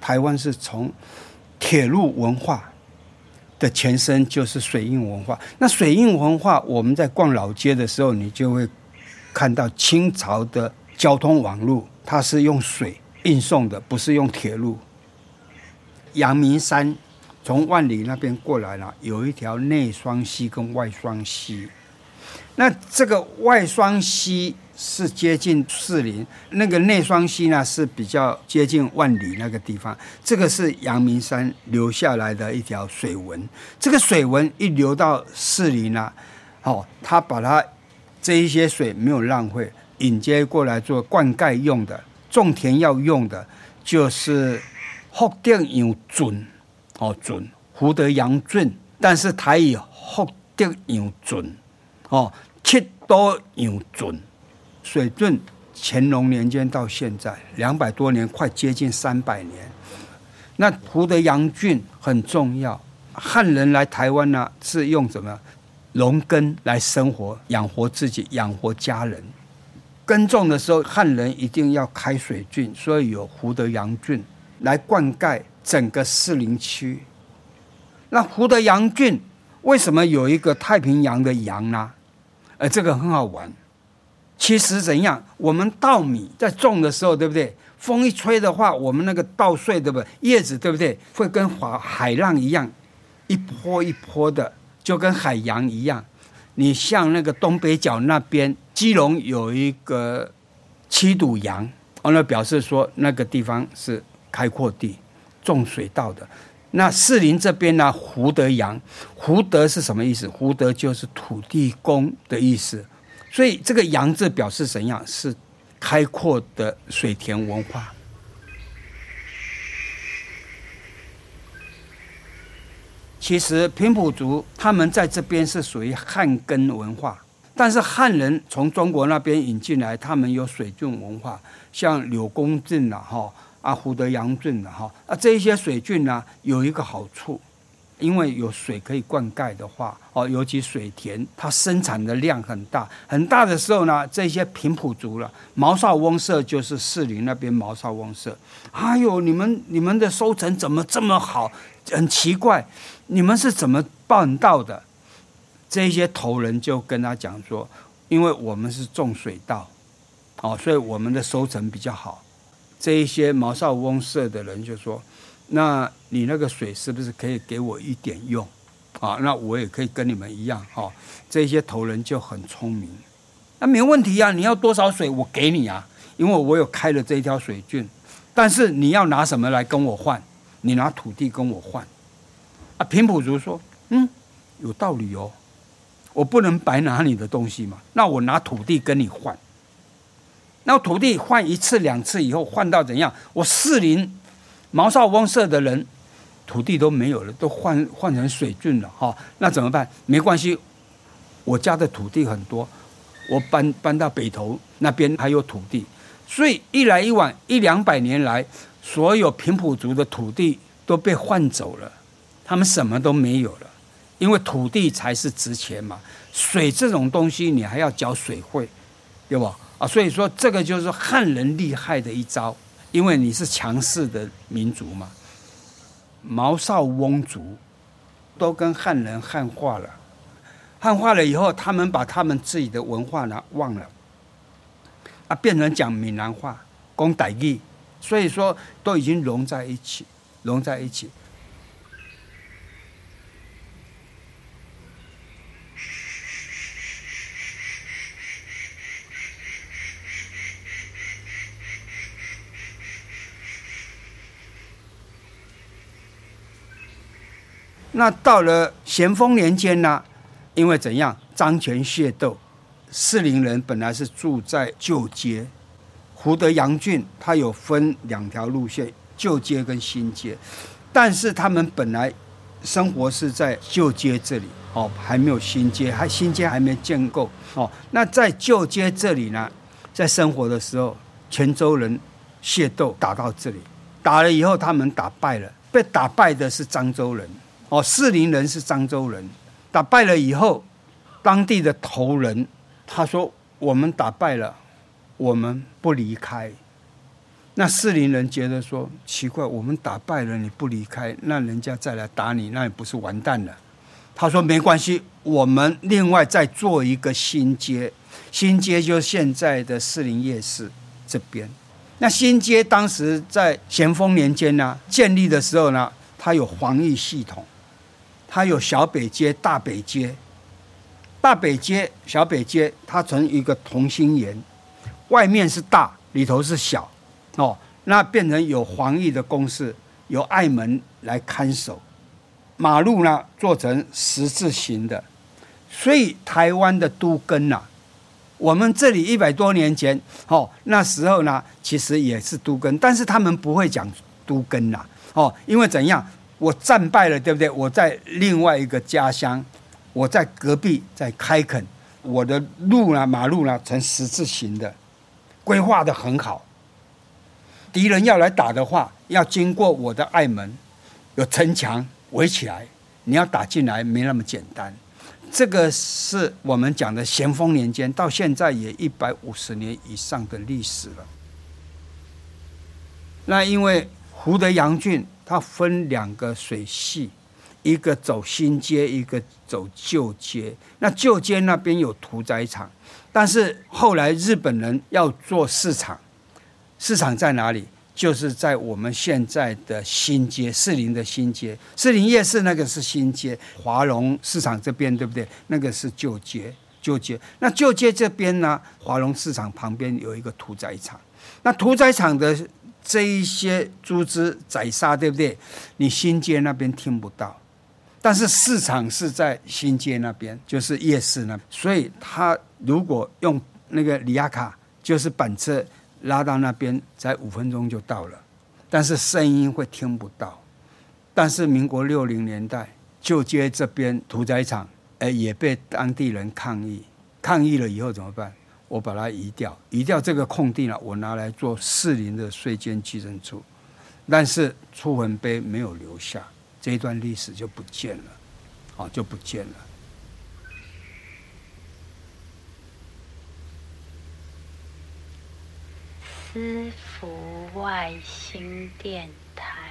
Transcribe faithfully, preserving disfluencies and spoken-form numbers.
台湾是从铁路文化的前身就是水运文化。那水运文化，我们在逛老街的时候，你就会看到清朝的交通网路，它是用水运送的，不是用铁路。阳明山从万里那边过来了，有一条内双溪跟外双溪。那这个外双溪是接近士林，那个内双溪呢是比较接近万里那个地方。这个是阳明山留下来的一条水文，这个水文一流到士林啊，哦，他把它这一些水没有浪费，引接过来做灌溉用的，种田要用的，就是福德阳圳，哦，圳福德阳圳，但是台语福德阳圳，哦，七都阳圳。水圳乾隆年间到现在两百多年，快接近三百年。那福德阳郡很重要，汉人来台湾呢是用什么农耕来生活，养活自己，养活家人。耕种的时候，汉人一定要开水郡，所以有福德阳郡来灌溉整个士林区。那福德阳郡为什么有一个太平洋的洋呢？呃，这个很好玩。其实怎样，我们稻米在种的时候，对不对？风一吹的话，我们那个稻穗，对不对？叶子，对不对？会跟海浪一样，一波一波的，就跟海洋一样。你像那个东北角那边，基隆有一个七堵洋，那表示说那个地方是开阔地，种水稻的。那士林这边呢，福德洋，福德是什么意思？福德就是土地公的意思。所以这个洋字表示怎样？是开阔的水田文化。其实平埔族他们在这边是属于汉耕文化，但是汉人从中国那边引进来，他们有水郡文化，像柳公郡啦、哈啊福德阳郡啦、哈啊这一些水郡呢，有一个好处。因为有水可以灌溉的话，哦，尤其水田，它生产的量很大，很大的时候呢，这些平埔族了，毛少翁社就是士林那边毛少翁社，哎呦，你们你们的收成怎么这么好？很奇怪，你们是怎么办到的？这些头人就跟他讲说，因为我们是种水稻，哦，所以我们的收成比较好。这一些毛少翁社的人就说，那你那个水是不是可以给我一点用啊？那我也可以跟你们一样、哦、这些头人就很聪明，那没问题啊，你要多少水我给你啊，因为我有开了这一条水郡，但是你要拿什么来跟我换？你拿土地跟我换啊。平埔族说，嗯，有道理哦，我不能白拿你的东西嘛，那我拿土地跟你换。那土地换一次两次以后，换到怎样？我士林毛少翁社的人土地都没有了，都换换成水郡了、哦、那怎么办？没关系，我家的土地很多，我搬搬到北投那边还有土地，所以一来一往，一两百年来，所有平埔族的土地都被换走了，他们什么都没有了，因为土地才是值钱嘛，水这种东西你还要缴水费，对吧？啊，所以说这个就是汉人厉害的一招。因为你是强势的民族嘛，毛少翁族都跟汉人汉化了，汉化了以后，他们把他们自己的文化呢忘了，啊，变成讲闽南话、讲台语，所以说都已经融在一起，融在一起。那到了咸丰年间呢，因为怎样，张权械斗，士林人本来是住在旧街，福德阳郡它有分两条路线，旧街跟新街，但是他们本来生活是在旧街这里，哦，还没有新街，还新街还没建构，哦，那在旧街这里呢，在生活的时候，泉州人械斗打到这里，打了以后他们打败了，被打败的是漳州人。哦，士林人是漳州人，打败了以后，当地的头人他说：“我们打败了，我们不离开， 那士林人觉得说奇怪，我们打败了你不离开，那人家再来打你，那也不是完蛋了。他说没关系，我们另外再做一个新街，新街就是现在的士林夜市这边。那新街当时在咸丰年间呢、啊、建立的时候呢，它有防疫系统，它有小北街、大北街。大北街、小北街，它成一个同心圆，外面是大，里头是小，哦，那变成有防疫的公事，有爱门来看守。马路呢做成十字形的，所以台湾的都更啊，我们这里一百多年前，哦，那时候呢其实也是都更，但是他们不会讲都更啦，哦，因为怎样，我战败了，对不对？我在另外一个家乡。我在隔壁在开垦，我的路呢，马路呢呈十字形的，规划得很好。敌人要来打的话，要经过我的爱门，有城墙围起来，你要打进来没那么简单。这个是我们讲的咸丰年间，到现在也一百五十年以上的历史了。那因为湖的阳郡，它分两个水系。一个走新街，一个走旧街。那旧街那边有屠宰场，但是后来日本人要做市场，市场在哪里？就是在我们现在的新街，士林的新街，士林夜市那个是新街，华荣市场这边对不对？那个是旧街，旧街。那旧街这边呢，华荣市场旁边有一个屠宰场，那屠宰场的这一些猪只宰杀，对不对？你新街那边听不到。但是市场是在新街那边，就是夜市那边，所以他如果用那个里亚卡，就是板车拉到那边，才五分钟就到了，但是声音会听不到。但是民国六零年代，旧街这边屠宰场，哎，也被当地人抗议，抗议了以后怎么办？我把它移掉，移掉这个空地了，我拿来做士林的税监稽征处，但是出魂碑没有留下。这一段历史就不见了，哦，就不见了。 思福外星电台。